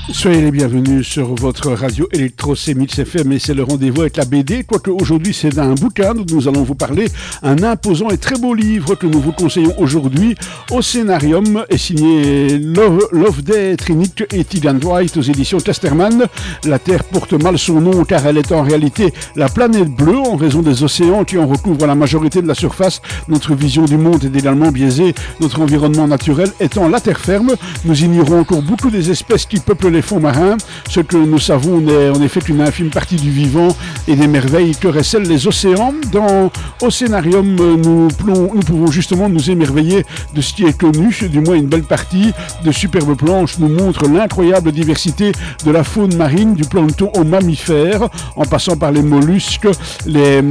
Soyez les bienvenus sur votre radio électro C-Mix FM et c'est le rendez-vous avec la BD, quoique aujourd'hui c'est d'un bouquin dont nous allons vous parler, un imposant et très beau livre que nous vous conseillons aujourd'hui. Océanarium est signé Loveday Trinic et Tigran Dwight aux éditions Casterman. La Terre porte mal son nom car elle est en réalité la planète bleue en raison des océans qui en recouvrent la majorité de la surface. Notre vision du monde est également biaisée, notre environnement naturel étant la terre ferme. Nous ignorons encore beaucoup des espèces qui peuplent les fonds marins. Ce que nous savons n'est en effet qu'une infime partie du vivant et des merveilles que recèlent les océans. Dans Océanarium, nous pouvons justement nous émerveiller de ce qui est connu, du moins une belle partie. De superbes planches nous montrent l'incroyable diversité de la faune marine, du plancton aux mammifères, en passant par les mollusques, les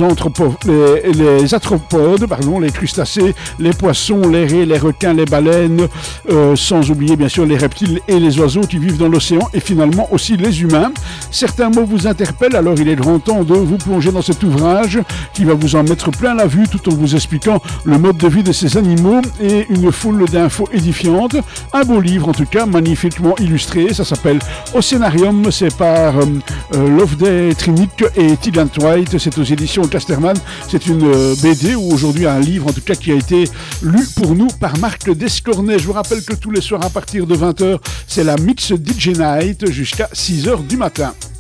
arthropodes, les crustacés, les poissons, les raies, les requins, les baleines, sans oublier bien sûr les reptiles et les oiseaux qui vivent dans l'océan et finalement aussi les humains. Certains mots vous interpellent, alors il est grand temps de vous plonger dans cet ouvrage qui va vous en mettre plein la vue tout en vous expliquant le mode de vie de ces animaux et une foule d'infos édifiantes. Un beau livre en tout cas, magnifiquement illustré, ça s'appelle Océanarium, c'est par Loveday Trinic et Tigran Dwight, c'est aux éditions Casterman. C'est une BD ou aujourd'hui un livre en tout cas qui a été lu pour nous par Marc Descornet. Je vous rappelle que tous les soirs à partir de 20h, c'est la Mix DJ Night jusqu'à 6h du matin.